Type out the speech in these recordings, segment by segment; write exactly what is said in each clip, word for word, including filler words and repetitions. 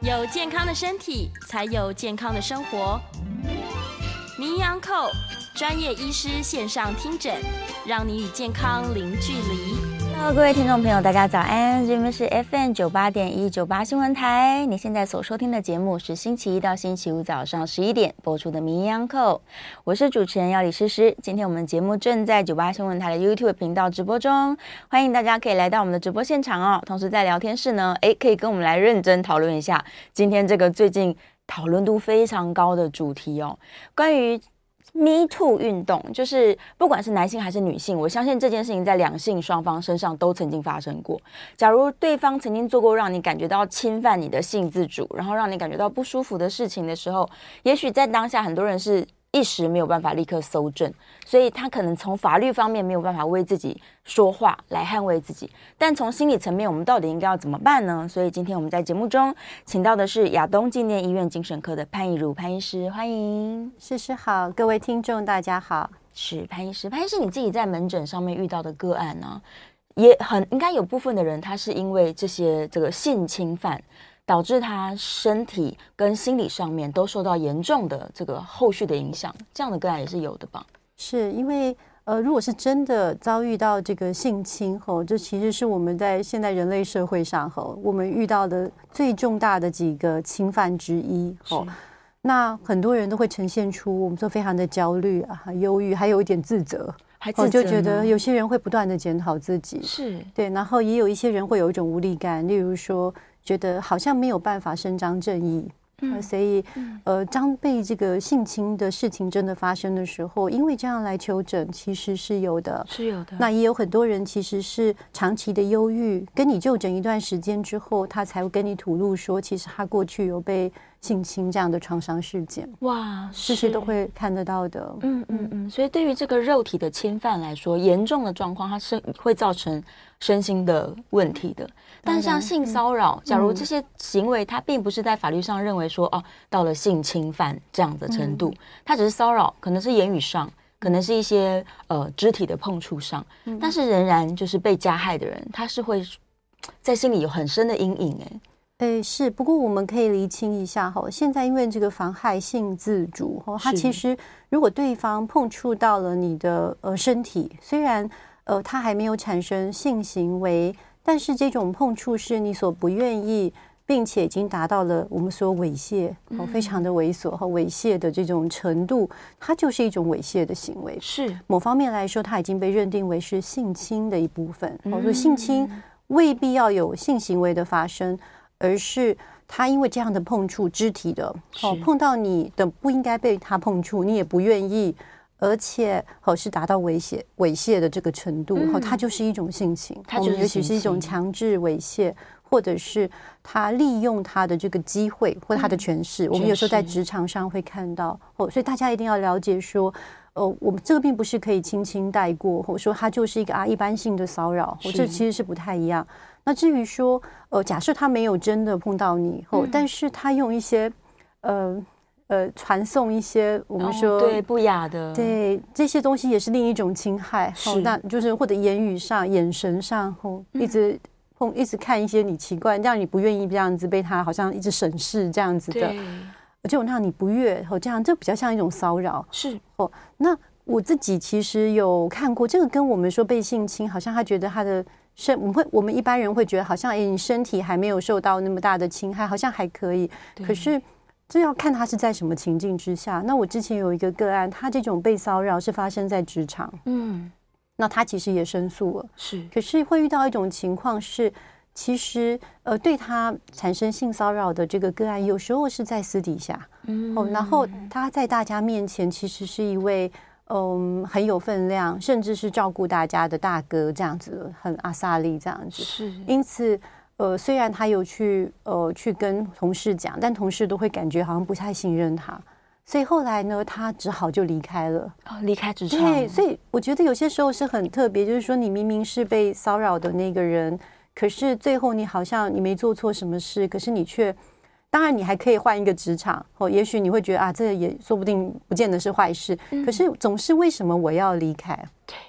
有健康的身体，才有健康的生活。名医安扣专业医师线上听诊，让你与健康零距离。 Hello， 各位听众朋友，大j家早安！这边是 F M 九八点一九八新闻台。你现在所收听的节目是星期一到星期五早上十一点播出的《名医安扣》，我是主持人要李诗诗。今天我们节目正在九八新闻台的 YouTube 频道直播中，欢迎大家可以来到我们的直播现场哦。同时在聊天室呢，诶，可以跟我们来认真讨论一下今天这个最近讨论度非常高的主题哦，关于Me Too 运动，就是不管是男性还是女性，我相信这件事情在两性双方身上都曾经发生过。假如对方曾经做过让你感觉到侵犯你的性自主，然后让你感觉到不舒服的事情的时候，也许在当下很多人是一时没有办法立刻搜证，所以他可能从法律方面没有办法为自己说话来捍卫自己，但从心理层面我们到底应该要怎么办呢？所以今天我们在节目中请到的是亚东纪念医院精神科的潘怡如潘医师，欢迎。 诗诗好，各位听众大家好。 是潘医师，潘医师你自己在门诊上面遇到的个案呢，也很应该有部分的人他是因为这些这个性侵犯导致他身体跟心理上面都受到严重的这个后续的影响，这样的个案也是有的吧？ 是因为呃，如果是真的遭遇到这个性侵后，这其实是我们在现代人类社会上后，我们遇到的最重大的几个侵犯之一后。那很多人都会呈现出我们说非常的焦虑啊、忧郁，还有一点自责。 还自责呢？ 就觉得有些人会不断的检讨自己， 是对，然后也有一些人会有一种无力感，例如说觉得好像没有办法伸张正义。嗯、所以，呃，当被这个性侵的事情真的发生的时候，因为这样来求诊，其实是有的， 是有的。 那也有很多人其实是长期的忧郁，跟你就诊一段时间之后，他才会跟你吐露说，其实他过去有被性侵这样的创伤事件。 哇， 这些都会看得到的。 嗯嗯嗯。所以对于这个肉体的侵犯来说，严重的状况，它是会造成身心的问题的。但像性骚扰，假如这些行为它并不是在法律上认为说哦到了性侵犯这样的程度，它只是骚扰，可能是言语上，可能是一些呃肢体的碰触上，但是仍然就是被加害的人，他是会在心里有很深的阴影。哎， 诶，是，不过我们可以厘清一下哈，现在因为这个妨害性自主哈，它其实如果对方碰触到了你的呃身体，虽然呃他还没有产生性行为，但是这种碰触是你所不愿意，并且已经达到了我们说猥亵，哦，非常的猥琐和猥亵的这种程度，它就是一种猥亵的行为。 是某方面来说，它已经被认定为是性侵的一部分。哦，所以性侵未必要有性行为的发生，而是他因为这样的碰触，肢体的哦碰到你的不应该被他碰触，你也不愿意。而且哦是达到猥亵猥亵的这个程度，嗯、它就是一种性侵，它也许是一种强制猥亵，或者是他利用他的这个机会或他的权势。嗯、我们有时候在职场上会看到，哦，所以大家一定要了解说，呃，我们这个并不是可以轻轻带过，或者说它就是一个啊一般性的骚扰，或这其实是不太一样。那至于说，呃，假设他没有真的碰到你，哦，嗯、但是他用一些，呃。呃，传送一些我们说、 哦、对不雅的， 对这些东西也是另一种侵害。哦，那就是或者言语上、眼神上，哦，一直碰、嗯、一直看一些你奇怪，让你不愿意这样子被他好像一直审视这样子的，就让你不悦，哦，这样这比较像一种骚扰。 是哦，那我自己其实有看过，这个跟我们说被性侵，好像他觉得他的身，我们会我们一般人会觉得好像哎，你身体还没有受到那么大的侵害，好像还可以，可是。这要看他是在什么情境之下。那我之前有一个个案，他这种被骚扰是发生在职场，嗯，那他其实也申诉了， 是， 可是会遇到一种情况是，其实呃对他产生性骚扰的这个个案，有时候是在私底下，嗯，哦，然后他在大家面前其实是一位嗯很有分量，甚至是照顾大家的大哥这样子，很阿萨利这样子， 是， 因此。呃，虽然他有去呃去跟同事讲，但同事都会感觉好像不太信任他，所以后来呢，他只好就离开了。 哦，离开职场。 对，所以我觉得有些时候是很特别，就是说你明明是被骚扰的那个人，可是最后你好像你没做错什么事，可是你却，当然你还可以换一个职场，哦，也许你会觉得啊，这也说不定不见得是坏事，嗯、可是总是为什么我要离开？ 对。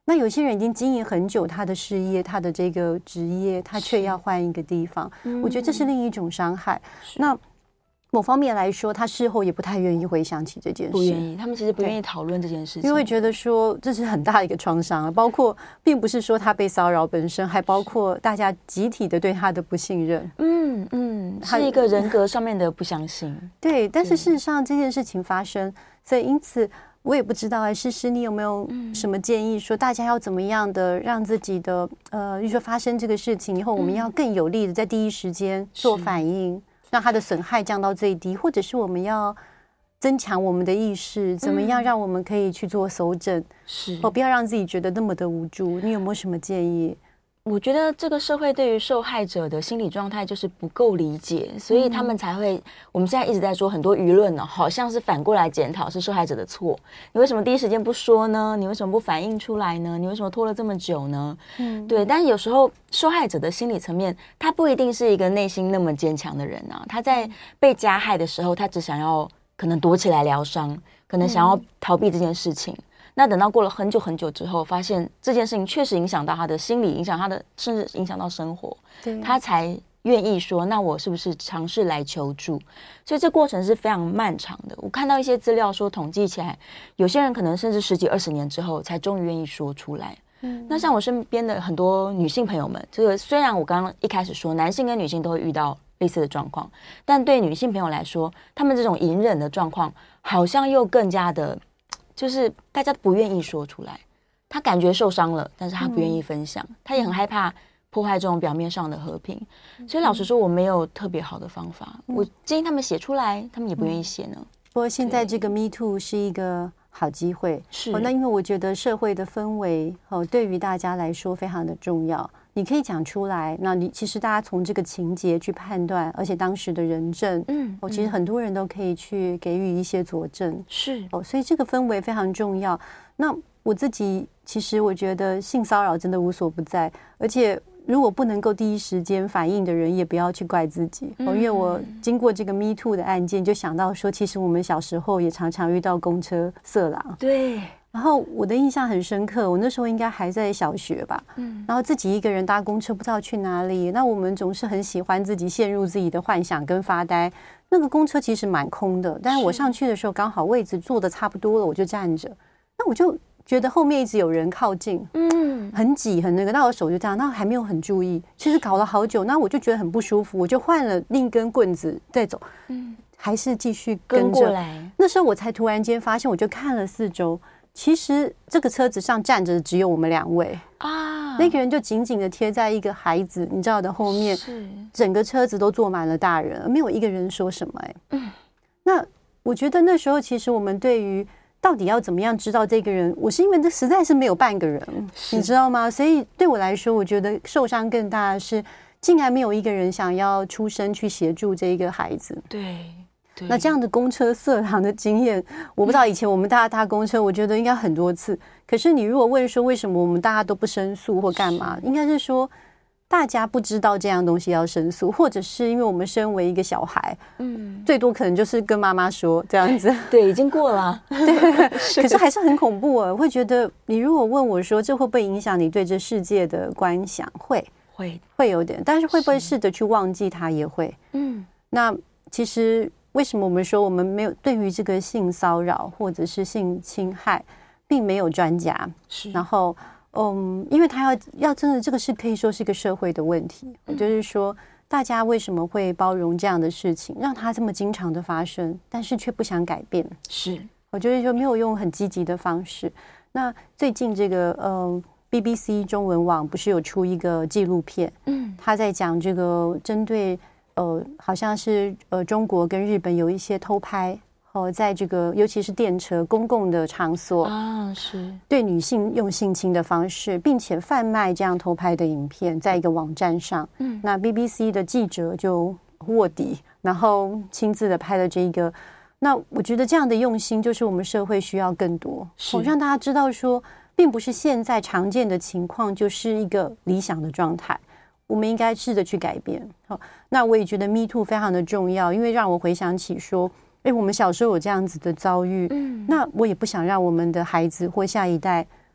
那有些人已经经营很久他的事业，他的这个职业，他却要换一个地方，我觉得这是另一种伤害。那某方面来说，他事后也不太愿意回想起这件事， 不愿意，他们其实不愿意讨论这件事情， 因为觉得说这是很大的一个创伤，包括并不是说他被骚扰本身，还包括大家集体的对他的不信任。 嗯嗯，是一个人格上面的不相信。 对，但是事实上这件事情发生，所以因此我也不知道哎，诗诗你有没有什么建议，说大家要怎么样的让自己的呃，就说发生这个事情以后，我们要更有力的在第一时间做反应，让它的损害降到最低，或者是我们要增强我们的意识，怎么样让我们可以去做搜证，是哦，不要让自己觉得那么的无助。你有没有什么建议？ 我觉得这个社会对于受害者的心理状态就是不够理解，所以他们才会，我们现在一直在说很多舆论呢，好像是反过来检讨是受害者的错。你为什么第一时间不说呢？你为什么不反映出来呢？你为什么拖了这么久呢？嗯，对。但是有时候受害者的心理层面，他不一定是一个内心那么坚强的人啊。他在被加害的时候，他只想要可能躲起来疗伤，可能想要逃避这件事情。那等到过了很久很久之后，发现这件事情确实影响到他的心理，影响他的，甚至影响到生活，他才愿意说，那我是不是尝试来求助？所以这过程是非常漫长的。我看到一些资料说，统计起来，有些人可能甚至十几二十年之后，才终于愿意说出来。嗯，那像我身边的很多女性朋友们，这个虽然我刚刚一开始说，男性跟女性都会遇到类似的状况，但对女性朋友来说，她们这种隐忍的状况，好像又更加的。就是大家不愿意说出来，他感觉受伤了，但是他不愿意分享，嗯、他也很害怕破坏这种表面上的和平。嗯、所以老实说，我没有特别好的方法。嗯、我建议他们写出来，他们也不愿意写呢。 不过现在这个 Me Too 是一个好机会， 是、 哦。那因为我觉得社会的氛围哦，对于大家来说非常的重要。你可以讲出来，那你其实大家从这个情节去判断，而且当时的人证，嗯，哦，其实很多人都可以去给予一些佐证， 是哦，所以这个氛围非常重要。那我自己其实我觉得性骚扰真的无所不在，而且如果不能够第一时间反应的人，也不要去怪自己、嗯、哦，因为我经过这个 Me Too 的案件，就想到说，其实我们小时候也常常遇到公车色狼， 对。 然后我的印象很深刻，我那时候应该还在小学吧，嗯，然后自己一个人搭公车，不知道去哪里。那我们总是很喜欢自己陷入自己的幻想跟发呆。那个公车其实蛮空的，但是我上去的时候刚好位置坐的差不多了，我就站着。那我就觉得后面一直有人靠近，嗯，很挤很那个，那我手就这样，那还没有很注意，其实搞了好久，那我就觉得很不舒服，我就换了另一根棍子再走，嗯，还是继续跟着。 跟过来。 那时候我才突然间发现，我就看了四周。其实这个车子上站着只有我们两位啊，那个人就紧紧的贴在一个孩子，你知道的后面，是整个车子都坐满了大人，没有一个人说什么、欸。哎，嗯，那我觉得那时候其实我们对于到底要怎么样知道这个人，我是因为这实在是没有半个人，你知道吗？所以对我来说，我觉得受伤更大的是，竟然没有一个人想要出声去协助这个孩子。 对。 那这样的公车色狼的经验，我不知道以前我们大家搭公车，我觉得应该很多次。可是你如果问说为什么我们大家都不申诉或干嘛，应该是说大家不知道这样东西要申诉，或者是因为我们身为一个小孩，嗯，最多可能就是跟妈妈说这样子。 对，已经过了。 对，可是还是很恐怖啊！我会觉得你如果问我说这会不会影响你对这世界的观想，会会会有点，但是会不会试着去忘记它也会。嗯，那其实。为什么我们说我们没有对于这个性骚扰或者是性侵害，并没有专家？是，然后，嗯，因为他要要真的这个是可以说是一个社会的问题，嗯、就是说大家为什么会包容这样的事情，让它这么经常的发生，但是却不想改变？ 是， 我觉得就没有用很积极的方式。那最近这个呃 B B C 中文网不是有出一个纪录片，嗯，他在讲这个针对。呃，好像是呃，中国跟日本有一些偷拍，哦，在这个尤其是电车公共的场所啊，是对女性用性侵的方式，并且贩卖这样偷拍的影片，在一个网站上。嗯，那 B B C 的记者就卧底，然后亲自的拍了这个。那我觉得这样的用心，就是我们社会需要更多，哦，让大家知道说，并不是现在常见的情况就是一个理想的状态。我们应该试着去改变。好，那我也觉得 Me Too 非常的重要，因为让我回想起说，哎，我们小时候有这样子的遭遇，嗯，那我也不想让我们的孩子或下一代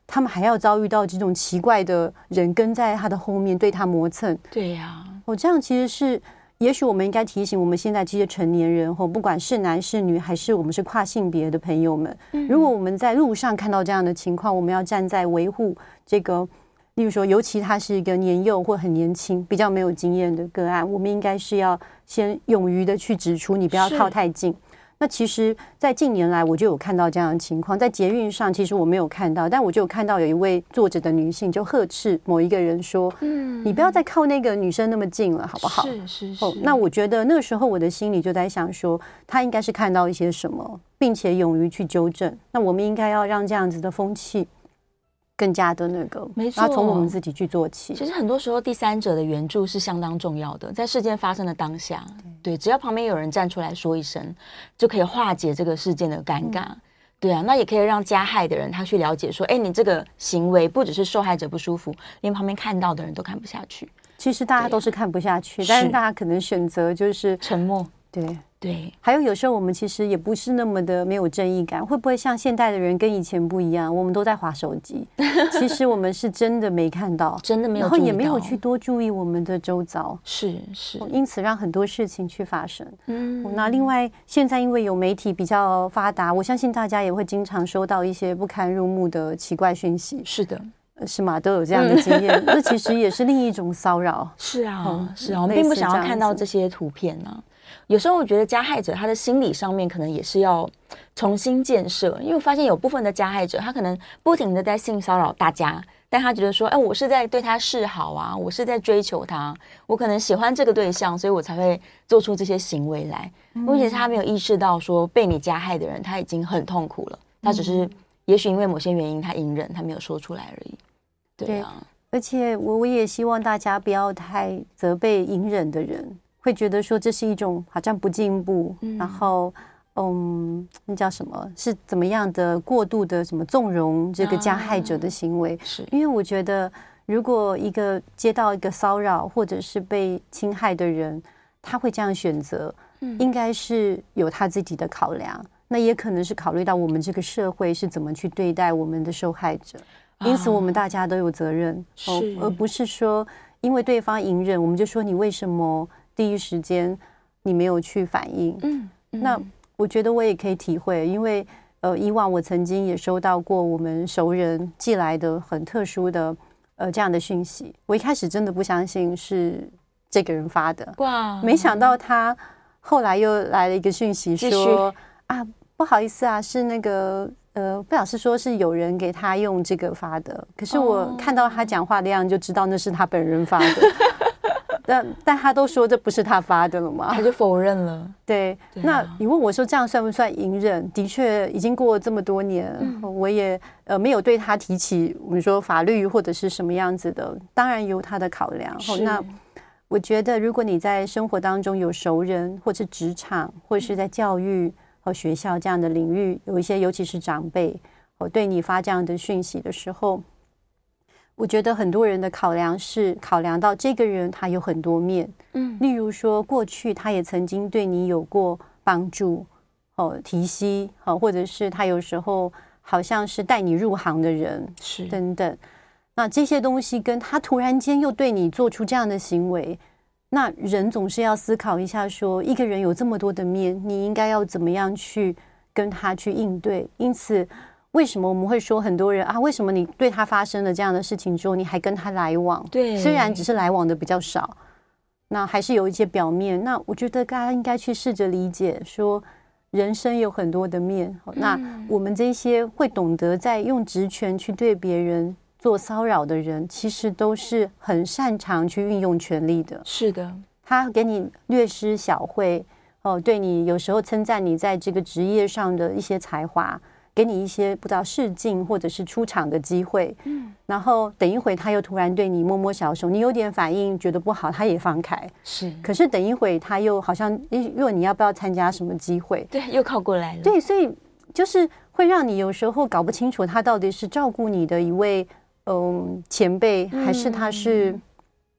他们还要遭遇到这种奇怪的人跟在他的后面对他磨蹭。 对呀、啊， 哦，这样其实是，也许我们应该提醒我们现在这些成年人，哦，不管是男是女，还是我们是跨性别的朋友们，嗯、如果我们在路上看到这样的情况，我们要站在维护这个，例如说，尤其他是一个年幼或很年轻、比较没有经验的个案，我们应该是要先勇于的去指出，你不要靠太近。那其实，在近年来，我就有看到这样的情况，在捷运上，其实我没有看到，但我就有看到有一位坐着的女性就呵斥某一个人说：“嗯，你不要再靠那个女生那么近了，好不好？” 是是是。 哦，那我觉得那个时候我的心里就在想说，她应该是看到一些什么，并且勇于去纠正。那我们应该要让这样子的风气更加的那个， 没错， 然后从我们自己去做起。 其实很多时候，第三者的援助是相当重要的，在事件发生的当下，对，只要旁边有人站出来说一声，就可以化解这个事件的尴尬。嗯、对啊，那也可以让加害的人他去了解说，哎，你这个行为不只是受害者不舒服，连旁边看到的人都看不下去。 其实大家都是看不下去，但是大家可能选择就是沉默。 对。 对， 还有有时候我们其实也不是那么的没有正义感，会不会像现代的人跟以前不一样？我们都在滑手机，其实我们是真的没看到， 真的没有， 然后也没有去多注意我们的周遭， 是是， 因此让很多事情去发生。嗯，那另外现在因为有媒体比较发达，我相信大家也会经常收到一些不堪入目的奇怪讯息。 是的。 是吗？都有这样的经验，那、嗯、其实也是另一种骚扰。 是啊，嗯、是啊，我们并不想要看到这些图片呢、啊。有时候我觉得加害者他的心理上面可能也是要重新建设，因为我发现有部分的加害者他可能不停的在性骚扰大家，但他觉得说，哎，我是在对他示好啊，我是在追求他，我可能喜欢这个对象，所以我才会做出这些行为来。问题是他没有意识到说被你加害的人他已经很痛苦了，他只是也许因为某些原因他隐忍，他没有说出来而已。对啊， 而且我我也希望大家不要太责备隐忍的人，会觉得说这是一种好像不进步，嗯、然后嗯，那叫什么？是怎么样的过度的什么纵容这个加害者的行为？ 啊、是因为我觉得，如果一个接到一个骚扰或者是被侵害的人，他会这样选择，嗯、应该是有他自己的考量，那也可能是考虑到我们这个社会是怎么去对待我们的受害者。因此我们大家都有责任、啊哦、而不是说因为对方隐忍我们就说你为什么第一时间你没有去反应。嗯，嗯那我觉得我也可以体会，因为呃以往我曾经也收到过我们熟人寄来的很特殊的呃这样的讯息，我一开始真的不相信是这个人发的，哇，没想到他后来又来了一个讯息说啊不好意思啊是那个呃，不老师说是有人给他用这个发的，可是我看到他讲话的样子就知道那是他本人发的，但但他都说这不是他发的了嘛， 他就否认了。 对，对啊、那你问我说这样算不算隐忍？的确，已经过了这么多年，嗯、我也呃没有对他提起我们说法律或者是什么样子的，当然有他的考量。那我觉得，如果你在生活当中有熟人，或是职场，或是在教育和学校这样的领域，有一些尤其是长辈，我对你发这样的讯息的时候，我觉得很多人的考量是考量到这个人他有很多面，嗯，例如说过去他也曾经对你有过帮助，哦，提携，好，或者是他有时候好像是带你入行的人， 是等等。那这些东西跟他突然间又对你做出这样的行为。那人总是要思考一下说，一个人有这么多的面，你应该要怎么样去跟他去应对。因此为什么我们会说很多人啊，为什么你对他发生了这样的事情之后你还跟他来往？ 对， 虽然只是来往的比较少，那还是有一些表面。那我觉得大家应该去试着理解说，人生有很多的面，那我们这些会懂得在用职权去对别人做骚扰的人，其实都是很擅长去运用权力的。 是的， 他给你略施小惠，哦，对你有时候称赞你在这个职业上的一些才华，给你一些不知道试镜或者是出场的机会。嗯，然后等一会他又突然对你摸摸小手，你有点反应觉得不好，他也放开。 是，可是等一会他又好像问你要不要参加什么机会， 对，又靠过来了。 对，所以就是会让你有时候搞不清楚他到底是照顾你的一位嗯前辈，还是他是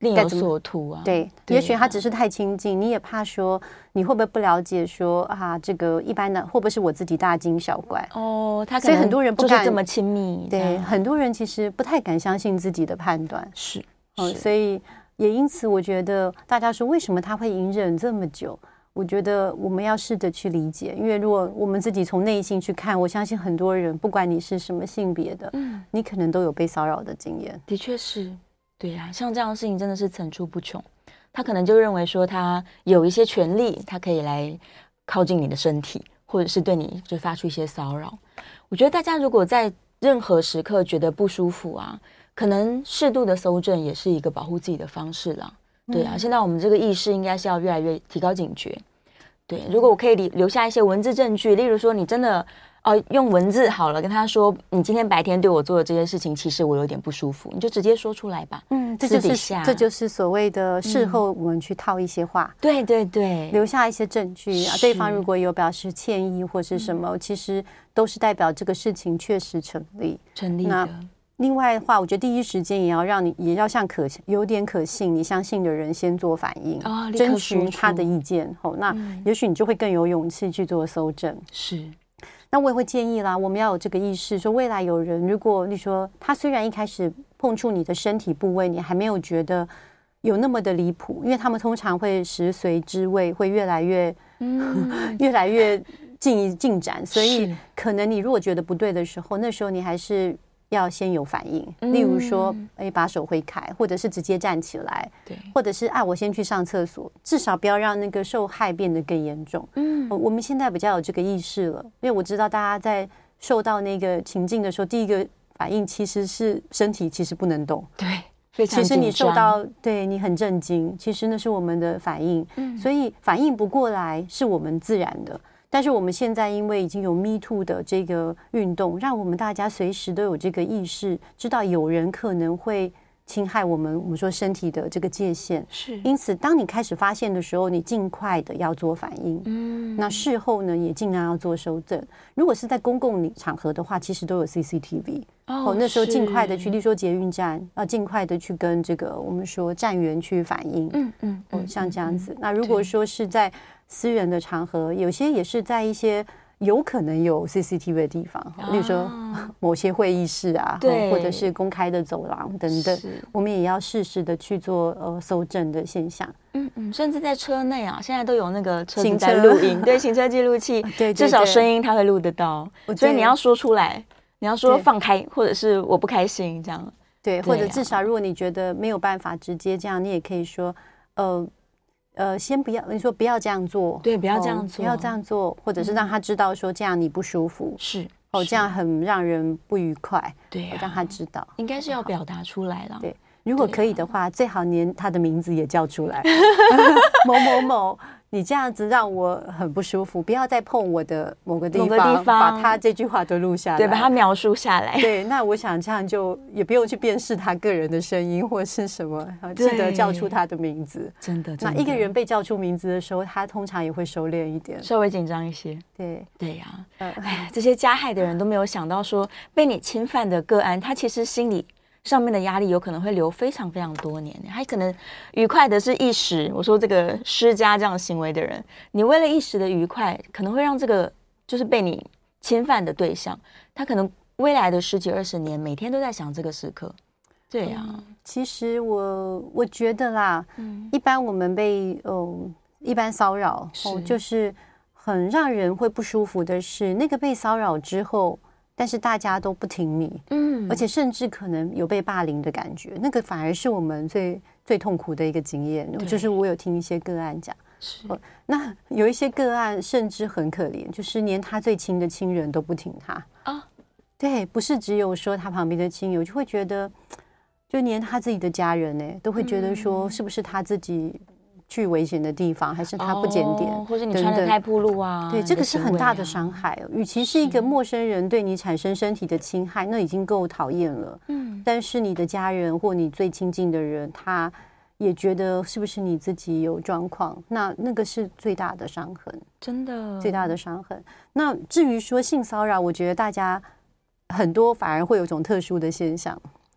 另有所图啊。 对， 对啊， 也许他只是太亲近，你也怕说你会不会不了解说啊，这个一般的会不会是我自己大惊小怪哦，他可所以很多人不敢这么亲密。 对，很多人其实不太敢相信自己的判断。 是， 嗯， 是所以也因此，我觉得大家说为什么他会隐忍这么久？我觉得我们要试着去理解，因为如果我们自己从内心去看，我相信很多人，不管你是什么性别的，嗯，你可能都有被骚扰的经验。 的确是，对啊，像这样的事情真的是层出不穷。他可能就认为说他有一些权利，他可以来靠近你的身体，或者是对你就发出一些骚扰。我觉得大家如果在任何时刻觉得不舒服啊，可能适度的搜证也是一个保护自己的方式啦。对啊，现在我们这个意识应该是要越来越提高警觉。对，如果我可以留下一些文字证据，例如说你真的哦、呃、用文字好了，跟他说你今天白天对我做的这些事情，其实我有点不舒服，你就直接说出来吧。 嗯，这就是这就是所谓的事后我们去套一些话，嗯、 对对对， 留下一些证据啊。对方如果有表示歉意或是什么，嗯、其实都是代表这个事情确实成立， 成立的。 另外的话，我觉得第一时间也要让你，也要像可有点可信、你相信的人先做反应， 哦、 征询他的意见。后、哦，那、嗯、也许你就会更有勇气去做搜证。 是， 那我也会建议啦，我们要有这个意识，说未来有人，如果你说他虽然一开始碰触你的身体部位，你还没有觉得有那么的离谱，因为他们通常会食髓知味，会越来越、嗯、越来越进进展，所以可能你如果觉得不对的时候，那时候你还是要先有反应，例如说，哎，把手挥开，或者是直接站起来， 对， 或者是啊，我先去上厕所，至少不要让那个受害变得更严重。嗯，我们现在比较有这个意识了，因为我知道大家在受到那个情境的时候，第一个反应其实是身体其实不能动， 对，非常紧张。 其实你受到，对你很震惊，其实那是我们的反应，嗯，所以反应不过来是我们自然的。但是我们现在因为已经有 Me Too 的这个运动，让我们大家随时都有这个意识，知道有人可能会侵害我们我们说身体的这个界限。 是， 因此当你开始发现的时候，你尽快的要做反应。嗯，那事后呢，也尽量要做收证。如果是在公共场合的话，其实都有 C C T V。哦，那时候尽快的去，例如说捷运站，要尽快的去跟这个我们说站员去反映。嗯嗯，哦，像这样子。嗯、那如果说是在私人的场合，有些也是在一些有可能有 C C T V 的地方，例如说某些会议室啊，或者是公开的走廊等等，我们也要适时的去做呃搜证的现象。 嗯嗯，甚至在车内啊，现在都有那个车子在录音，对，行车记录器， 对， 至少声音它会录得到，所以你要说出来，你要说放开，或者是我不开心这样。 对，或者至少如果你觉得没有办法直接这样，你也可以说，呃。呃，先不要，你说不要这样做， 对，不要这样做， 不要这样做，或者是让他知道说这样你不舒服， 是哦，这样很让人不愉快， 对、啊， 让他知道， 应该是要表达出来了。 对，如果可以的话，最好连他的名字也叫出来，某某某。你这样子让我很不舒服，不要再碰我的某个地方， 某个地方把他这句话都录下来， 对，把它描述下来。 对，那我想这样就也不用去辨识他个人的声音或是什么，记得叫出他的名字。 真的， 那一个人被叫出名字的时候，他通常也会收敛一点， 稍微紧张一些。 对对呀、啊，哎、呃，这些加害的人都没有想到说，被你侵犯的个案，他其实心里上面的压力有可能会留非常非常多年，还可能愉快的是一时。我说这个施加这样行为的人，你为了一时的愉快，可能会让这个就是被你侵犯的对象，他可能未来的十几二十年每天都在想这个时刻。对呀、啊嗯， 其实我我觉得啦，嗯，一般我们被哦一般骚扰哦，就是很让人会不舒服的是，那个被骚扰之后。但是大家都不挺你，嗯，而且甚至可能有被霸凌的感觉，那个反而是我们最最痛苦的一个经验。就是我有听一些个案讲， 是、 哦，那有一些个案甚至很可怜，就是连他最亲的亲人都不挺他啊。对，不是只有说他旁边的亲友，就会觉得，就连他自己的家人呢，都会觉得说，是不是他自己去危险的地方，还是他不检点、哦， 或者你穿得太暴露啊？ 对，这个是很大的伤害。与其是一个陌生人对你产生身体的侵害，那已经够讨厌了。嗯，但是你的家人或你最亲近的人，他也觉得是不是你自己有状况？那那个是最大的伤痕， 真的最大的伤痕。那至于说性骚扰，我觉得大家很多反而会有种特殊的现象。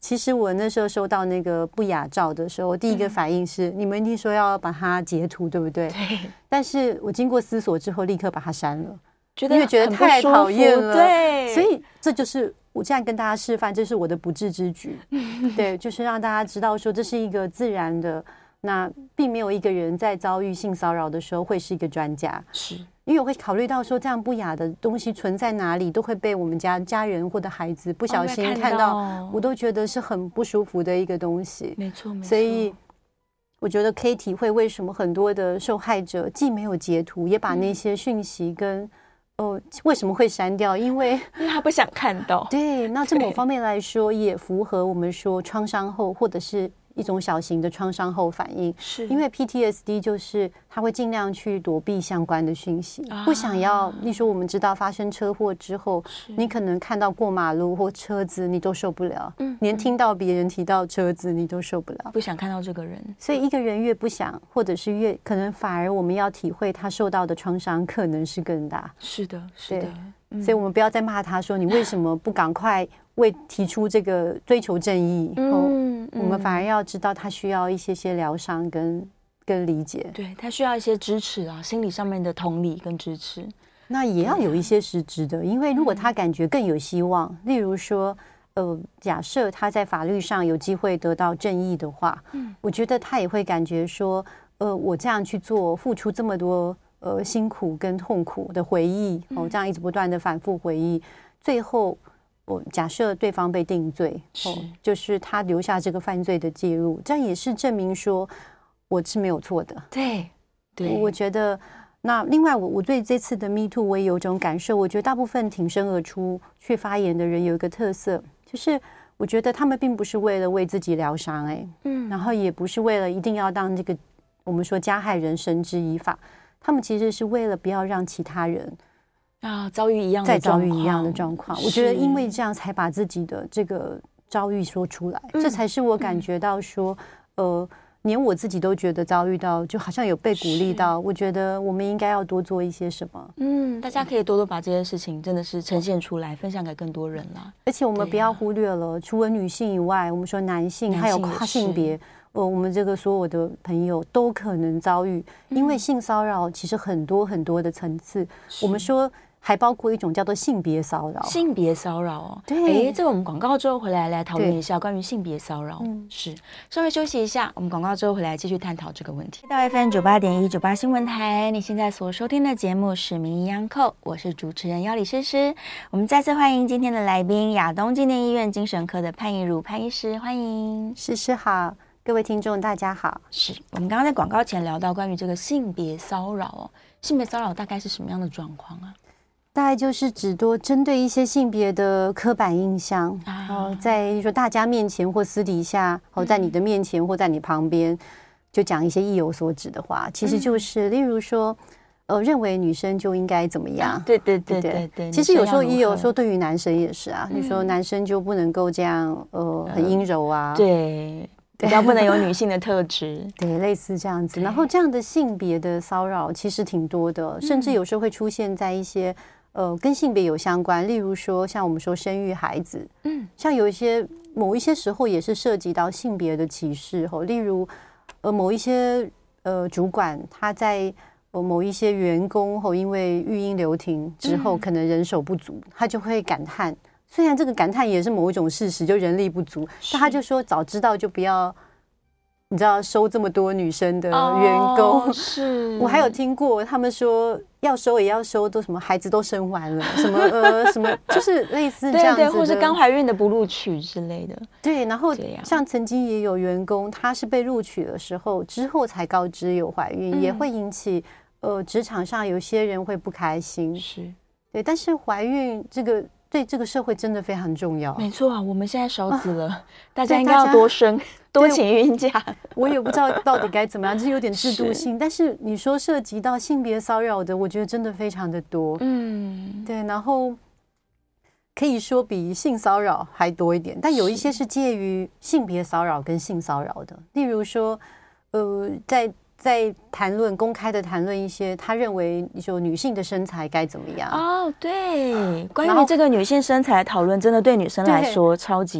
其实我那时候收到那个不雅照的时候，第一个反应是、嗯、你们一定说要把它截图，对不对？ 对。 但是我经过思索之后，立刻把它删了， 觉得因为觉得太讨厌了。 对， 所以这就是我现在跟大家示范，这是我的不智之举。对，就是让大家知道说这是一个自然的，那并没有一个人在遭遇性骚扰的时候会是一个专家。 是。 因为我会考虑到说，这样不雅的东西存在哪里，都会被我们家家人或者孩子不小心看到，哦、我都觉得是很不舒服的一个东西。 没错，没错。 所以我觉得可以体会为什么很多的受害者既没有截图，也把那些讯息跟、嗯、呃为什么会删掉？因为因为他不想看到。 对，那这某方面来说，也符合我们说创伤后或者是一种小型的创伤后反应， 是因为 P T S D 就是他会尽量去躲避相关的讯息，啊、不想要。例如说，我们知道发生车祸之后，你可能看到过马路或车子，你都受不了，嗯，连听到别人提到车子，你都受不了， 不想看到这个人。 所以一个人越不想，或者是越可能，反而我们要体会他受到的创伤可能是更大。 是的，是的。 嗯、所以我们不要再骂他说你为什么不赶快为提出这个追求正义，嗯，我们反而要知道他需要一些些疗伤跟跟理解， 对，他需要一些支持啊，心理上面的同理跟支持。 那也要有一些实质的，因为如果他感觉更有希望，嗯、例如说，呃，假设他在法律上有机会得到正义的话，嗯，我觉得他也会感觉说，呃，我这样去做，付出这么多。呃，辛苦跟痛苦的回忆，哦，这样一直不断的反复回忆，最后我假设对方被定罪，哦，就是他留下这个犯罪的记录，这样也是证明说我是没有错的。 对，对， 我觉得那另外我我对这次的 Me Too 我也有种感受，我觉得大部分挺身而出去发言的人有一个特色，就是我觉得他们并不是为了为自己疗伤，哎，嗯，然后也不是为了一定要当这个我们说加害人绳之以法。他们其实是为了不要让其他人啊遭遇一样的再遭遇一样的状况。我觉得因为这样才把自己的这个遭遇说出来，嗯、这才是我感觉到说，嗯、呃，连我自己都觉得遭遇到，就好像有被鼓励到。我觉得我们应该要多做一些什么。 嗯，大家可以多多把这件事情真的是呈现出来，分享给更多人啦。 而且我们不要忽略了，啊、除了女性以外，我们说男性, 男性还有跨性别。呃，我们这个所有的朋友都可能遭遇，因为性骚扰其实很多很多的层次，我们说还包括一种叫做性别骚扰。 性别骚扰哦，对，哎，这个我们广告之后回来来讨论一下关于性别骚扰。嗯，是，稍微休息一下，我们广告之后回来继续探讨这个问题。到 F M 九八点一九八新闻台，你现在所收听的节目是《名医央叩》，我是主持人要李诗诗。我们再次欢迎今天的来宾，亚东纪念医院精神科的潘怡如潘医师，欢迎。 诗诗好。各位听众大家好， 是我们刚刚在广告前聊到关于这个性别骚扰哦，性别骚扰大概是什么样的状况啊？ 大概就是指多针对一些性别的刻板印象，啊、哦，在说大家面前或私底下，哦，在你的面前或在你旁边，就讲一些意有所指的话，其实就是、嗯、例如说，呃，认为女生就应该怎么样？ 对对对对 对, 对。 其实有时候也有说，对于男生也是啊，嗯、你说男生就不能够这样，呃，很阴柔啊， 呃、对。比较不能有女性的特质， 对，类似这样子。然后这样的性别的骚扰其实挺多的，甚至有时候会出现在一些呃跟性别有相关，例如说像我们说生育孩子，嗯，像有一些某一些时候也是涉及到性别的歧视吼，例如呃某一些呃主管他在呃某一些员工吼因为育婴留停之后，可能人手不足，他就会感叹。虽然这个感叹也是某一种事实，就人力不足，但他就说早知道就不要，你知道收这么多女生的员工。 哦、是， 我还有听过他们说要收也要收，都什么孩子都生完了，什么呃什么，就是类似这样子的， 对对，或是刚怀孕的不录取之类的。 对，然后像曾经也有员工，他是被录取的时候之后才告知有怀孕，嗯、也会引起呃职场上有些人会不开心。 是，对， 但是怀孕这个。对这个社会真的非常重要。 没错啊，我们现在少子了，啊、大家应该要多生多请孕假。 我也不知道到底该怎么样，这有点制度性。但是你说涉及到性别骚扰的，我觉得真的非常的多。嗯，对，然后可以说比性骚扰还多一点，但有一些是介于性别骚扰跟性骚扰的，例如说，呃，在。在谈论公开的谈论一些他认为就女性的身材该怎么样哦，对，关于这个女性身材的讨论，真的对女生来说超级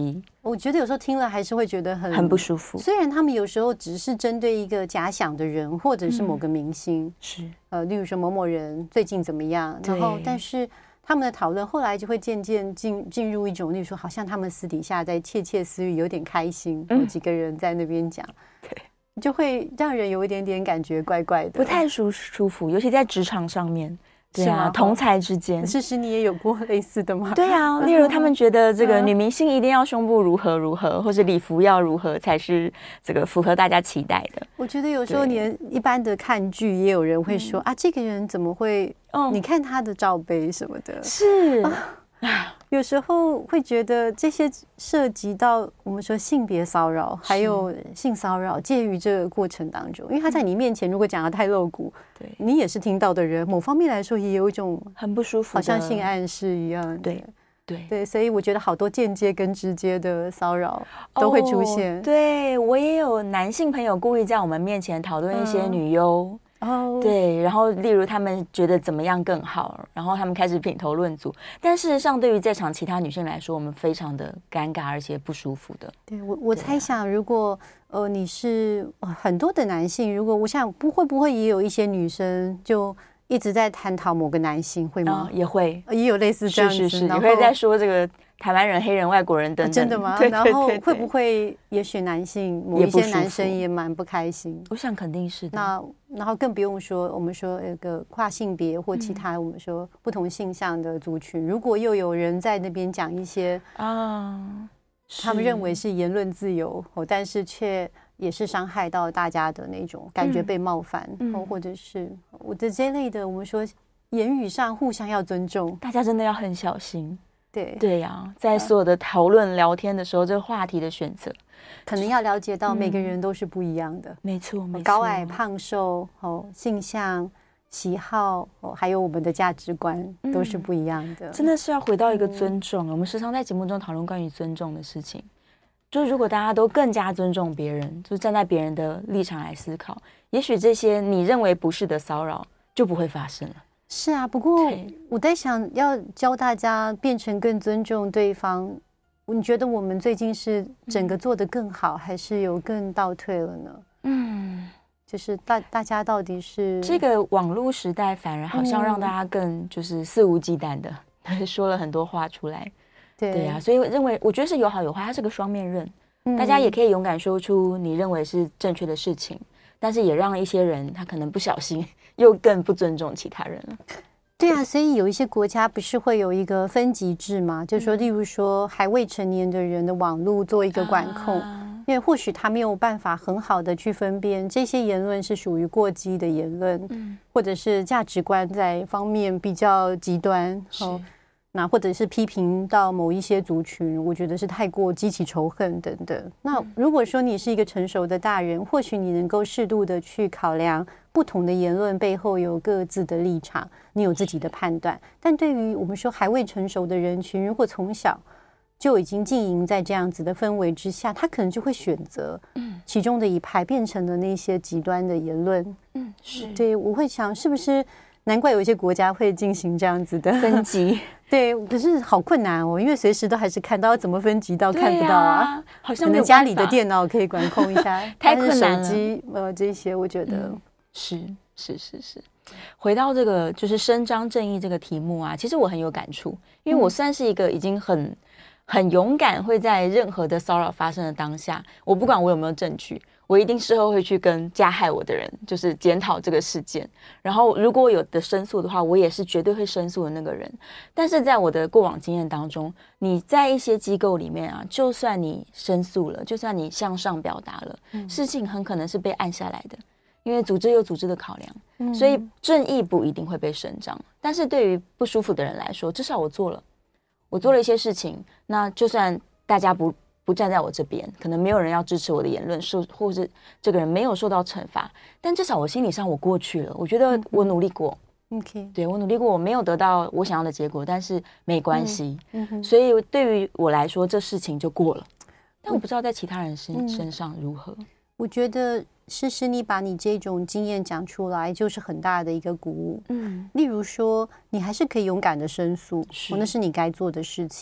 我觉得有时候听了还是会觉得很很不舒服。 虽然他们有时候只是针对一个假想的人，或者是某个明星， 嗯、是呃，例如说某某人最近怎么样，然后但是他们的讨论后来就会渐渐进进入一种，例如说好像他们私底下在窃窃私语，有点开心，有、嗯、几个人在那边讲， 对， 就会让人有一点点感觉怪怪的， 不太舒舒服，尤其在职场上面。对啊，同才之间， 诗诗你也有过类似的吗？ 对啊，例如他们觉得这个女明星一定要胸部如何如何，或者礼服要如何才是这个符合大家期待的。 我觉得有时候连一般的看剧也有人会说、嗯、啊，这个人怎么会？哦，你看他的罩杯什么的， 是。 啊有时候会觉得这些涉及到我们说性别骚扰，还有性骚扰，介于这个过程当中，因为他在你面前如果讲得太露骨，对，你也是听到的人，某方面来说也有一种很不舒服， 好像性暗示一样。 对对对，所以我觉得好多间接跟直接的骚扰都会出现。 哦、对我也有男性朋友故意在我们面前讨论一些女优。嗯哦， oh, 对，然后例如他们觉得怎么样更好，然后他们开始品头论足，但事实上对于在场其他女性来说，我们非常的尴尬而且不舒服的。 对我，我猜想，如果呃你是、呃、很多的男性，如果我想不会不会也有一些女生就一直在探讨某个男性，会吗？ 嗯、也会， 也有类似这样子， 是是是，也会在说这个台湾人、黑人、外国人等等。 真的吗？ 对对对对， 然后会不会也许男性某一些男生也蛮不开心？ 我想肯定是的。 那然后更不用说，我们说那个跨性别或其他我们说不同性向的族群，嗯、如果又有人在那边讲一些啊，他们认为是言论自由，但是却也是伤害到大家的那种感觉被冒犯，嗯、或者是我的这类的，我们说言语上互相要尊重， 大家真的要很小心。 对对呀、啊，在所有的讨论聊天的时候，这个话题的选择， 可能要了解到每个人都是不一样的， 嗯、没错，没错， 高矮胖瘦哦，性向、喜好哦，还有我们的价值观都是不一样的。 嗯、真的是要回到一个尊重。嗯、我们时常在节目中讨论关于尊重的事情，就是如果大家都更加尊重别人，就站在别人的立场来思考，也许这些你认为不是的骚扰就不会发生了。 是啊，不过我在想要教大家变成更尊重对方，你觉得我们最近是整个做得更好，嗯、还是有更倒退了呢？嗯，就是大大家到底是这个网络时代，反而好像让大家更就是肆无忌惮的、嗯、说了很多话出来。对对啊，所以我认为我觉得是有好有坏，它是个双面刃。嗯、大家也可以勇敢说出你认为是正确的事情，但是也让一些人他可能不小心又更不尊重其他人了。 对啊，所以有一些国家不是会有一个分级制嘛？就是说，例如说还未成年的人的网络做一个管控，啊、因为或许他没有办法很好的去分辨这些言论是属于过激的言论，嗯、或者是价值观在方面比较极端，哦，那或者是批评到某一些族群，我觉得是太过激起仇恨等等。那如果说你是一个成熟的大人，或许你能够适度的去考量不同的言论背后有各自的立场，你有自己的判断。但对于我们说还未成熟的人群，如果从小就已经经营在这样子的氛围之下，他可能就会选择其中的一派，变成了那些极端的言论。嗯，是。对，我会想是不是难怪有一些国家会进行这样子的分级。 对，可是好困难哦，因为随时都还是看到要怎么分级到看不到啊， 好像可能家里的电脑可以管控一下， 太困难了。 手机呃这些，我觉得、 嗯、是是是是。回到这个就是伸张正义这个题目啊，其实我很有感触，因为我算是一个已经很很勇敢，会在任何的骚扰发生的当下，我不管我有没有证据，我一定事后会去跟加害我的人就是检讨这个事件，然后如果有的申诉的话，我也是绝对会申诉的那个人。但是在我的过往经验当中，你在一些机构里面啊，就算你申诉了，就算你向上表达了，嗯、事情很可能是被按下来的，因为组织有组织的考量，嗯、所以正义不一定会被伸张。但是对于不舒服的人来说，至少我做了，我做了一些事情，那就算大家不不站在我这边，可能没有人要支持我的言论，受或是这个人没有受到惩罚，但至少我心理上我过去了，我觉得我努力过。 OK， 对，我努力过，我没有得到我想要的结果，但是没关系。嗯嗯、所以对于我来说，这事情就过了。但我不知道在其他人身、嗯、身上如何。 我觉得诗诗你把你这种经验讲出来，就是很大的一个鼓舞。嗯，例如说，你还是可以勇敢的申诉，哦，那是你该做的事情。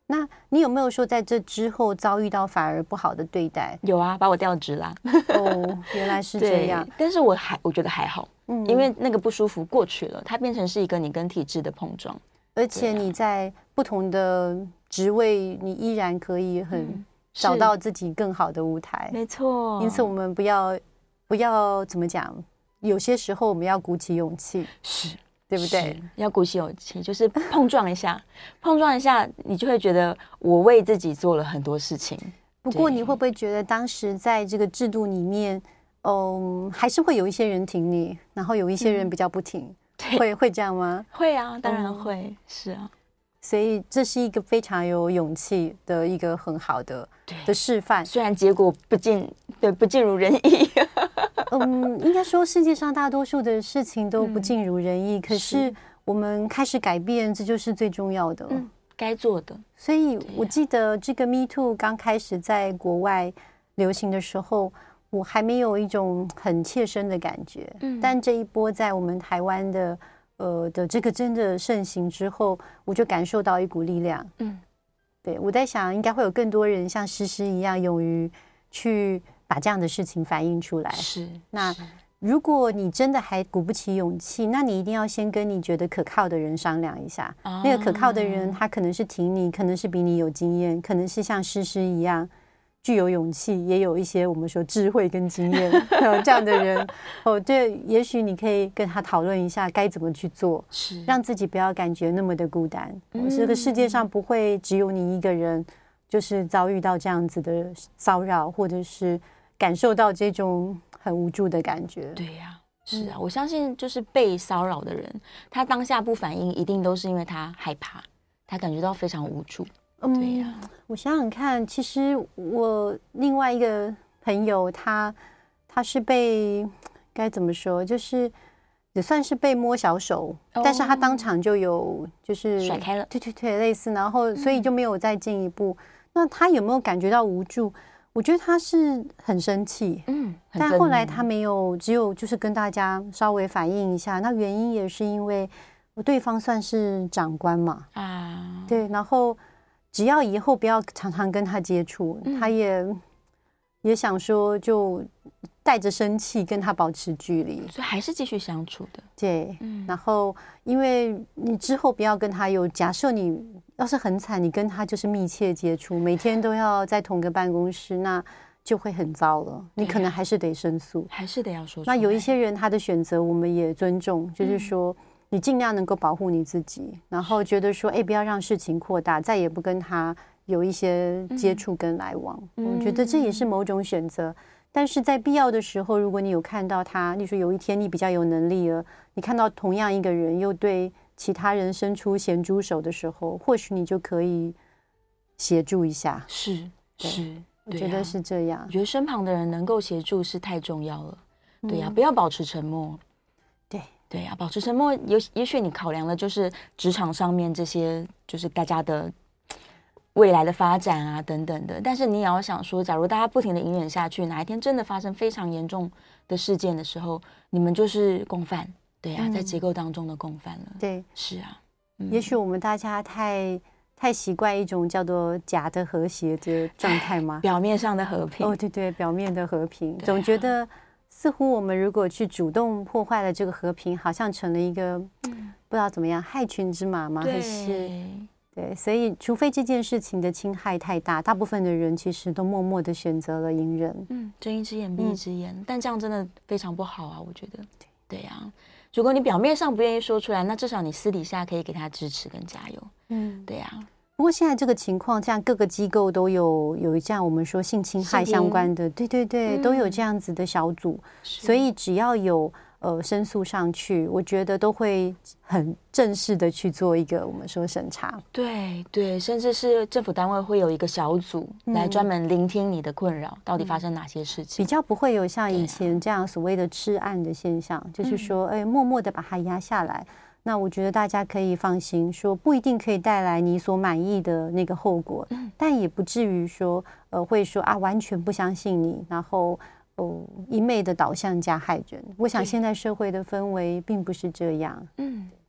那你有没有说在这之后遭遇到反而不好的对待？ 有啊，把我调职啦。 哦，原来是这样。 但是我还我觉得还好，嗯，因为那个不舒服过去了，它变成是一个你跟体制的碰撞， 而且你在不同的职位，你依然可以很、嗯、找到自己更好的舞台。 没错， 因此我们不要不要怎么讲，有些时候我们要鼓起勇气。 是。 对不对？ 要鼓起勇气，就是碰撞一下，碰撞一下，你就会觉得我为自己做了很多事情。 不过，你会不会觉得当时在这个制度里面，嗯，还是会有一些人挺你，然后有一些人比较不挺，嗯、会会这样吗？ 会啊，当然会，嗯、是啊。 所以这是一个非常有勇气的一个很好的的示范。 虽然结果不尽对不尽如人意。 嗯，应该说世界上大多数的事情都不尽如人意，嗯、可是我们开始改变，这就是最重要的。 嗯，该做的。 所以我记得这个 Me Too 刚开始在国外流行的时候，我还没有一种很切身的感觉。嗯，但这一波在我们台湾的呃的这个真的盛行之后，我就感受到一股力量。嗯，对，我在想，应该会有更多人像诗诗一样，勇于去把这样的事情反映出来。 是， 那如果你真的还鼓不起勇气，那你一定要先跟你觉得可靠的人商量一下。哦、那个可靠的人，他可能是挺你，可能是比你有经验，可能是像诗诗一样具有勇气，也有一些我们说智慧跟经验这样的人。哦，对，也许你可以跟他讨论一下该怎么去做， 是让自己不要感觉那么的孤单。嗯、这个世界上不会只有你一个人，就是遭遇到这样子的骚扰，或者是感受到这种很无助的感觉。 对呀、啊，是啊、嗯，我相信就是被骚扰的人，他当下不反应，一定都是因为他害怕，他感觉到非常无助。嗯，对呀、啊， 我想想看，其实我另外一个朋友，他他是被该怎么说，就是也算是被摸小手，哦、但是他当场就有就是甩开了， 对对对，类似，然后所以就没有再进一步。嗯、那他有没有感觉到无助？我觉得他是很生气，嗯，但后来他没有，只有就是跟大家稍微反映一下。那原因也是因为对方算是长官嘛，啊，对，然后只要以后不要常常跟他接触，嗯、他也也想说就带着生气跟他保持距离， 所以还是继续相处的。 对，嗯，然后因为你之后不要跟他有，假设你要是很惨，你跟他就是密切接触，每天都要在同个办公室，那就会很糟了。你可能还是得申诉， 还是得要说出来。 那有一些人他的选择我们也尊重，就是说你尽量能够保护你自己，然后觉得说，哎，不要让事情扩大，再也不跟他有一些接触跟来往。嗯、我觉得这也是某种选择。但是在必要的时候，如果你有看到他，例如有一天你比较有能力了，你看到同样一个人又对其他人伸出咸猪手的时候，或许你就可以协助一下。 是是， 我觉得是这样。 我觉得身旁的人能够协助是太重要了。对呀、啊，不要保持沉默。 对对呀、啊，保持沉默，也也许你考量的就是职场上面这些，就是大家的未来的发展啊，等等的。但是你也要想说，假如大家不停的隐忍下去，哪一天真的发生非常严重的事件的时候，你们就是共犯，对啊，嗯、在结构当中的共犯了。 对， 是啊。嗯、 也许我们大家太太习惯一种叫做假的和谐的状态吗？ 表面上的和平。 哦，对对，表面的和平， 啊、 总觉得似乎我们如果去主动破坏了这个和平，好像成了一个、嗯、不知道怎么样害群之马吗？还是？对，所以除非这件事情的侵害太大，大部分的人其实都默默的选择了隐忍。 嗯，睁一只眼闭一只眼，嗯、但这样真的非常不好啊，我觉得。对呀、啊，如果你表面上不愿意说出来，那至少你私底下可以给他支持跟加油。嗯，对呀、啊。 不过现在这个情况，这样各个机构都有有这样我们说性侵害相关的，对对对，嗯、都有这样子的小组，所以只要有。呃，申诉上去，我觉得都会很正式的去做一个我们说审查。 对对，甚至是政府单位会有一个小组来专门聆听你的困扰，嗯、到底发生哪些事情， 比较不会有像以前这样所谓的吃案的现象，啊、就是说，哎，默默的把它压下来。嗯、那我觉得大家可以放心，说不一定可以带来你所满意的那个后果，嗯、但也不至于说，呃，会说啊，完全不相信你，然后。哦，一昧的导向加害人，我想现在社会的氛围并不是这样。嗯，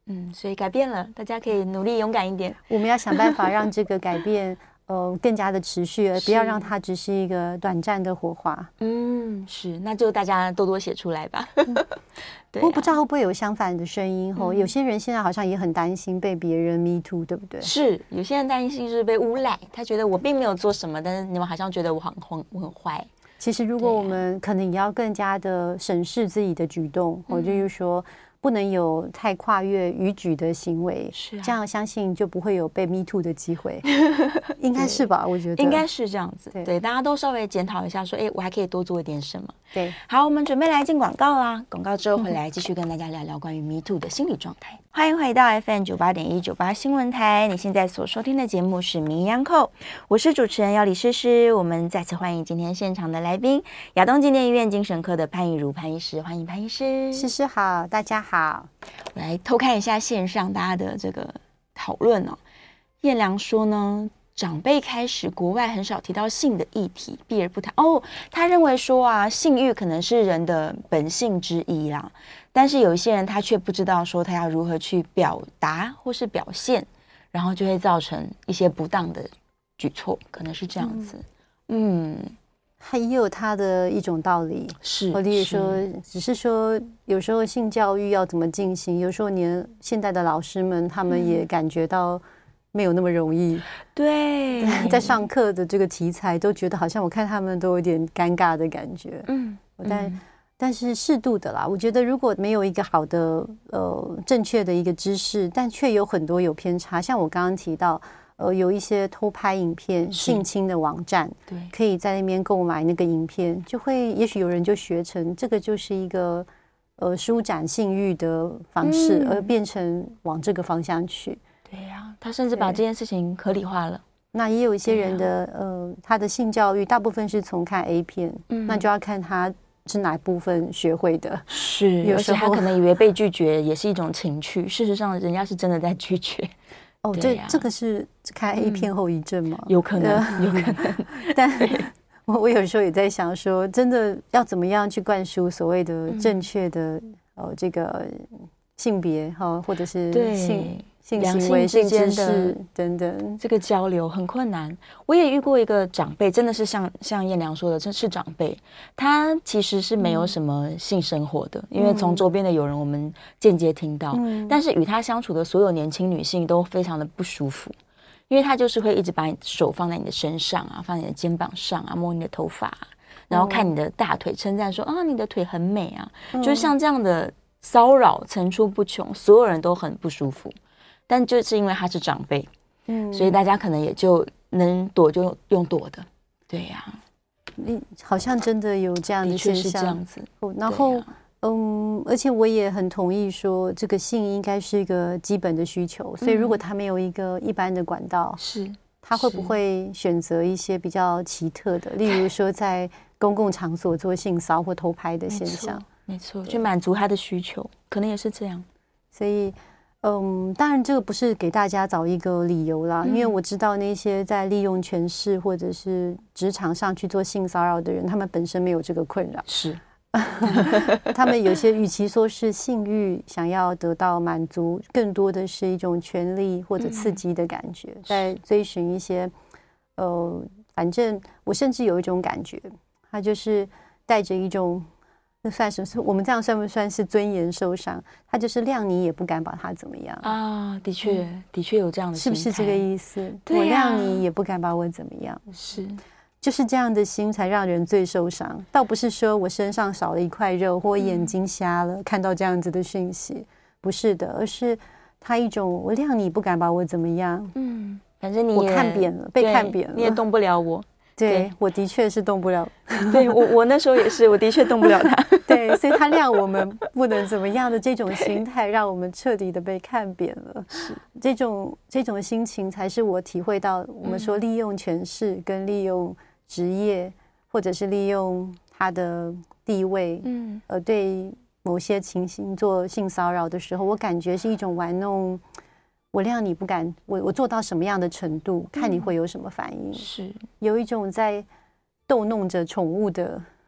嗯，所以改变了，大家可以努力勇敢一点。 我们要想办法让这个改变呃更加的持续，而不要让它只是一个短暂的火花。 嗯，是，那就大家多多写出来吧。 嗯对、啊， 不过不知道会不会有相反的声音吼、嗯？有些人现在好像也很担心被别人 me too， 对不对？ 是，有些人担心是被诬赖，他觉得我并没有做什么，但是你们好像觉得我很很我很坏。 其实如果我们可能也要更加的审视自己的举动，或、嗯、就是说。不能有太跨越逾矩的行为，是、啊、这样相信就不会有被 me too 的机会，应该是吧？我觉得应该是这样子。对，对大家都稍微检讨一下，说，哎，我还可以多做一点什么？ 对， 好，我们准备来进广告啦。广告之后回来继续跟大家聊聊关于 me too 的心理状态。欢迎回到 F M 九八点一九八新闻台，你现在所收听的节目是名医央叩，我是主持人要李诗诗。我们再次欢迎今天现场的来宾，亚东纪念医院精神科的潘怡如潘医师，欢迎潘医师。 诗诗好，大家好。 我来偷看一下线上大家的这个讨论哦。燕良说呢，长辈开始国外很少提到性的议题，避而不谈。哦，他认为说啊，性欲可能是人的本性之一啦，但是有一些人他却不知道说他要如何去表达或是表现，然后就会造成一些不当的举措，可能是这样子。嗯。嗯它也有它的一种道理， 是， 我例如说，只是说有时候性教育要怎么进行，有时候连现在的老师们他们也感觉到没有那么容易。 对， 在上课的这个题材都觉得好像我看他们都有点尴尬的感觉。嗯，但、嗯、但是适度的啦，我觉得如果没有一个好的呃正确的一个知识，但却有很多有偏差，像我刚刚提到。呃，有一些偷拍影片、性侵的网站，对，可以在那边购买那个影片，就会，也许有人就学成这个就是一个呃舒展性欲的方式，嗯、而变成往这个方向去。 对呀、啊，他甚至把这件事情合理化了。 那也有一些人的、啊、呃，他的性教育大部分是从看 A 片，嗯、那就要看他是哪部分学会的。 是，有时候他可能以为被拒绝也是一种情趣，事实上人家是真的在拒绝。 哦，这、啊、这个是看 A 片后遗症吗？ 嗯、有可能，有可能。 但我我有时候也在想说，真的要怎么样去灌输所谓的正确的、嗯、呃这个性别哈，或者是性性行为、性知识等等， 这个交流很困难。我也遇过一个长辈，真的是像像燕良说的，这是长辈，他其实是没有什么性生活的，嗯、因为从周边的友人我们间接听到，嗯、但是与他相处的所有年轻女性都非常的不舒服，因为他就是会一直把你手放在你的身上啊，放在你的肩膀上啊，摸你的头发、啊，然后看你的大腿，称赞说啊你的腿很美啊，嗯、就是像这样的骚扰层出不穷，所有人都很不舒服。但就是因为他是长辈，嗯，所以大家可能也就能躲就用躲的，对呀、啊， 你好像真的有这样的现象， 是这样子。 然后，啊、嗯，而且我也很同意说，这个性应该是一个基本的需求，所以如果他没有一个一般的管道，是、嗯，他会不会选择一些比较奇特的，例如说在公共场所做性骚或偷拍的现象？ 没错，去满足他的需求，可能也是这样， 所以。嗯，当然这个不是给大家找一个理由啦，嗯、因为我知道那些在利用权势或者是职场上去做性骚扰的人，他们本身没有这个困扰， 是他们有些与其说是性欲想要得到满足，更多的是一种权力或者刺激的感觉，嗯、在追寻一些呃，反正我甚至有一种感觉，他就是带着一种。那算是我们这样算不算是尊严受伤？他就是谅你也不敢把他怎么样啊？的确，嗯、的确有这样的心态， 是不是这个意思？ 对啊、我谅你也不敢把我怎么样， 是， 就是这样的心才让人最受伤。倒不是说我身上少了一块肉，或我眼睛瞎了，嗯、看到这样子的讯息，不是的，而是他一种我谅你不敢把我怎么样， 嗯，反正你我看扁了，被看扁了， 你也动不了我。 对，对我的确是动不了， 对我我那时候也是，我的确动不了他。 对，所以他谅我们不能怎么样的这种心态，让我们彻底的被看扁了。是这种这种心情，才是我体会到我们说利用权势跟利用职业，嗯、或者是利用他的地位，嗯，而对某些情形做性骚扰的时候，我感觉是一种玩弄。我谅你不敢，我我做到什么样的程度，看你会有什么反应。嗯、是有一种在逗弄着宠物的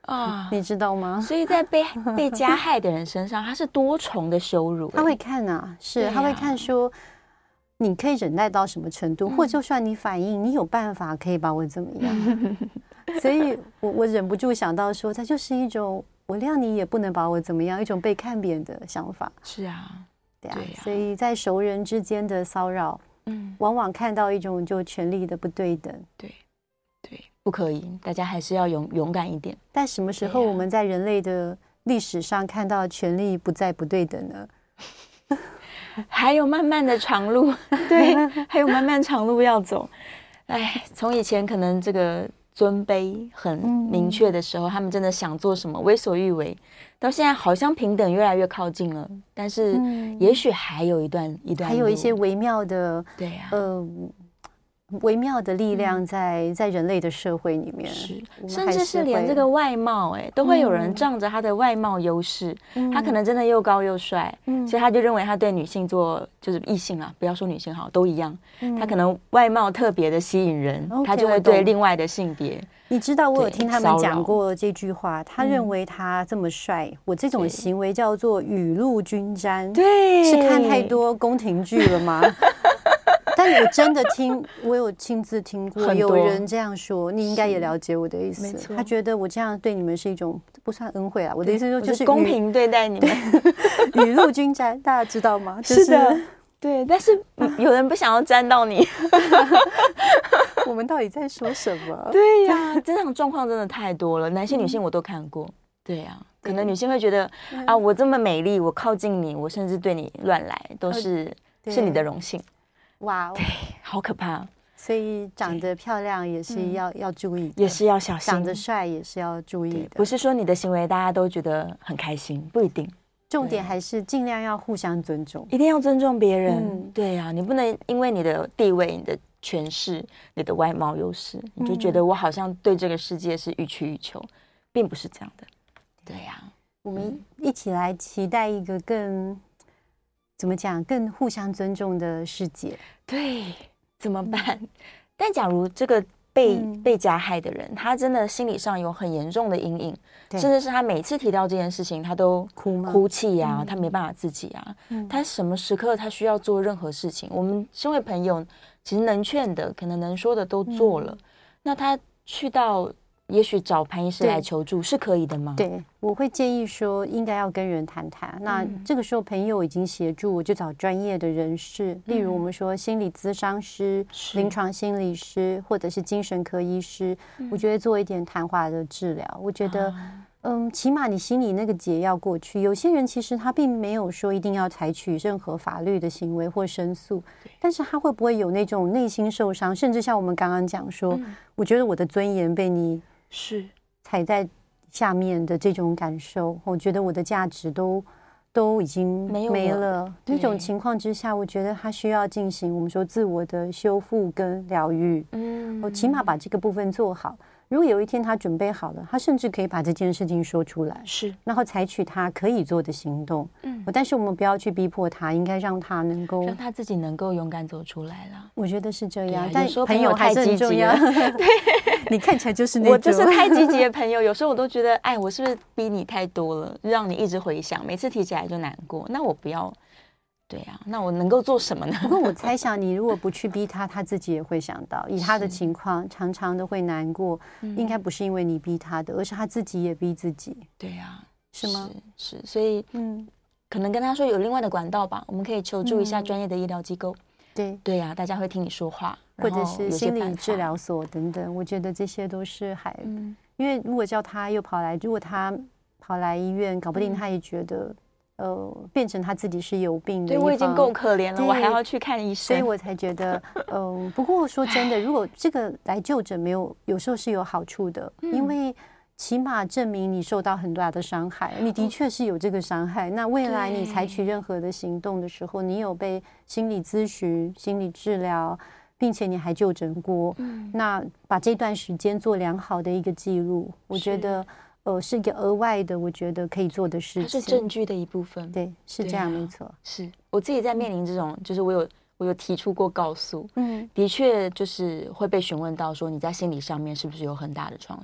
啊，你知道吗？ 所以在被被加害的人身上，他是多重的羞辱。 他会看啊，是、啊、他会看说，你可以忍耐到什么程度，嗯、或就算你反应，你有办法可以把我怎么样？所以我我忍不住想到说，它就是一种我谅你也不能把我怎么样，一种被看扁的想法。 是啊， 对啊，对啊，所以在熟人之间的骚扰，嗯，往往看到一种就权力的不对等。 对。对，不可以，大家还是要勇勇敢一点。 但什么时候我们在人类的历史上看到权力不再不对等呢？ 还有漫漫的长路，对，还有漫漫长路要走。哎，从以前可能这个尊卑很明确的时候，嗯、他们真的想做什么为所欲为，到现在好像平等越来越靠近了，但是也许还有一段、嗯、一段路， 还有一些微妙的， 对呀、啊， 呃。微妙的力量在、嗯、在人类的社会里面， 是甚至是连这个外貌、欸，哎，都会有人仗着他的外貌优势，嗯、他可能真的又高又帅，嗯、所以他就认为他对女性做就是异性啊，不要说女性好，都一样，嗯、他可能外貌特别的吸引人，嗯、他就会对另外的性别。 你知道我有听他们讲过这句话，他认为他这么帅，嗯、我这种行为叫做雨露均沾， 对， 是看太多宫廷剧了吗？但我真的听，我有亲自听过有人这样说，你应该也了解我的意思。他觉得我这样对你们是一种不算恩惠啊，我的意思说就是公平对待你们， 雨露均沾，大家知道吗？就是、 是的，对。但是有人不想要沾到你， 我们到底在说什么？ 对呀、啊，这种状况真的太多了，男性、女性我都看过。对呀、啊，可能女性会觉得啊，我这么美丽，我靠近你，我甚至对你乱来，都是是你的荣幸。 哇、wow ， 对，好可怕！ 所以长得漂亮也是要、嗯、要注意的， 也是要小心； 长得帅也是要注意的。 不是说你的行为大家都觉得很开心，不一定。 重点还是尽量要互相尊重， 一定要尊重别人。嗯、对呀、啊，你不能因为你的地位、你的权势、你的外貌优势，你就觉得我好像对这个世界是予取予求，并不是这样的。对呀、啊， 我们一起来期待一个更。怎么讲？更互相尊重的世界， 对，怎么办？嗯、但假如这个被、嗯、被加害的人，他真的心理上有很严重的阴影，甚至是他每次提到这件事情，他都哭哭泣呀、啊，嗯、他没办法自己啊。嗯、他什么时刻他需要做任何事情，我们身为朋友，其实能劝的、可能能说的都做了。嗯、那他去到。也许找潘医师来求助是可以的吗？ 对，我会建议说应该要跟人谈谈。那这个时候朋友已经协助，我就找专业的人士，例如我们说心理咨商师、临床心理师或者是精神科医师，我觉得做一点谈话的治疗，我觉得。嗯，起码你心里那个结要过去。有些人其实他并没有说一定要采取任何法律的行为或申诉，但是他会不会有那种内心受伤，甚至像我们刚刚讲说，嗯、我觉得我的尊严被你是踩在下面的这种感受，我觉得我的价值都都已经没了。没了那种情况之下，我觉得他需要进行我们说自我的修复跟疗愈。嗯，我起码把这个部分做好。如果有一天他准备好了，他甚至可以把这件事情说出来， 是， 然后采取他可以做的行动。嗯，但是我们不要去逼迫他，应该让他能够让他自己能够勇敢走出来了。 我觉得是这样， 啊、 但有时候朋友太积极了， 对，你看起来就是那种我就是太积极的朋友，有时候我都觉得，哎，我是不是逼你太多了，让你一直回想，每次提起来就难过？那我不要。对呀、啊，那我能够做什么呢？ 不过我猜想，你如果不去逼他，他自己也会想到，以他的情况，常常的会难过，嗯、应该不是因为你逼他的，而是他自己也逼自己。 对呀、啊， 是吗？ 是，是所以嗯，可能跟他说有另外的管道吧，我们可以求助一下专业的医疗机构。嗯、 对对呀、啊，大家会听你说话， 或者是心理治疗所等等。我觉得这些都是还，嗯、因为如果叫他又跑来，如果他跑来医院，搞不定他也觉得。嗯呃，变成他自己是有病的一方， 对，我已经够可怜了，我还要去看医生， 所以我才觉得，嗯、呃，不过说真的，如果这个来就诊没有，有时候是有好处的，嗯、因为起码证明你受到很大的伤害，你的确是有这个伤害。那未来你采取任何的行动的时候，你有被心理咨询、心理治疗，并且你还就诊过，嗯、那把这段时间做良好的一个记录，我觉得。呃，是一个额外的，我觉得可以做的事情， 它是证据的一部分。 对，是这样，啊、没错。 是我自己在面临这种，嗯、就是我有我有提出过告诉，嗯，的确就是会被询问到说你在心理上面是不是有很大的创伤。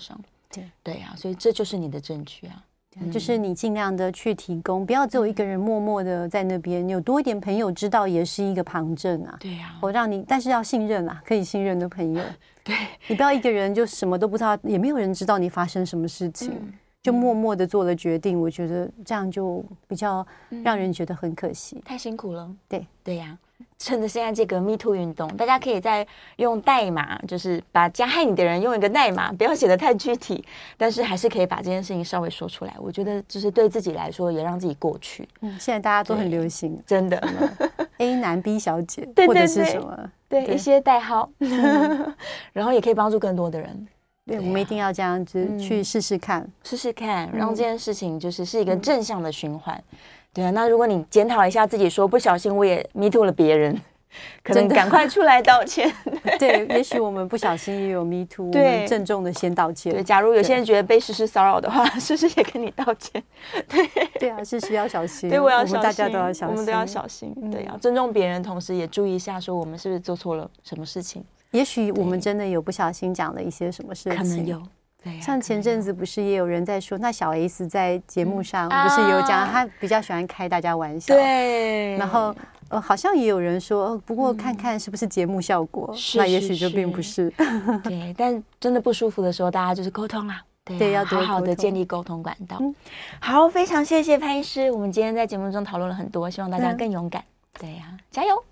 对对啊，所以这就是你的证据啊。 就是你尽量的去提供，不要只有一个人默默的在那边，有多一点朋友知道也是一个旁证啊。 对呀， 我让你，但是要信任啊，可以信任的朋友。 对， 你不要一个人就什么都不知道，也没有人知道你发生什么事情，嗯、就默默的做了决定。我觉得这样就比较让人觉得很可惜， 嗯、太辛苦了。 对对呀。趁着现在这个 Me Too 运动，大家可以再用代码，就是把加害你的人用一个代码，不要写得太具体，但是还是可以把这件事情稍微说出来。我觉得就是对自己来说，也让自己过去。 嗯，现在大家都很流行， 真的 A 男 B 小姐， 对对对， 或者是什么， 对, 对一些代号，嗯、然后也可以帮助更多的人。 对，我们一定要这样子去试试看， 嗯、试试看，让这件事情就是是一个正向的循环。嗯对啊，那如果你检讨一下自己说，说不小心我也 me too 了别人，可能赶快出来道歉。 对，也许我们不小心也有 me too， 我们郑重的先道歉。 对，假如有些人觉得被诗诗骚扰的话，诗诗也跟你道歉。对， 对啊，诗诗要小心。 对，我要小心， 我们大家都要小心， 我们都要小心。嗯、对啊，尊重别人，同时也注意一下，说我们是不是做错了什么事情。 也许我们真的有不小心讲了一些什么事情， 可能有。 对啊、像前阵子不是也有人在说，那小 S 在节目上不是有讲，他比较喜欢开大家玩笑， 对， 然后呃好像也有人说，哦，不过看看是不是节目效果，嗯、那也许就并不是。 对，但真的不舒服的时候，大家就是沟通啦。对、啊， 对，要好好的建立沟通管道。嗯、好，非常谢谢潘医师，我们今天在节目中讨论了很多，希望大家更勇敢。嗯、对呀、啊，加油！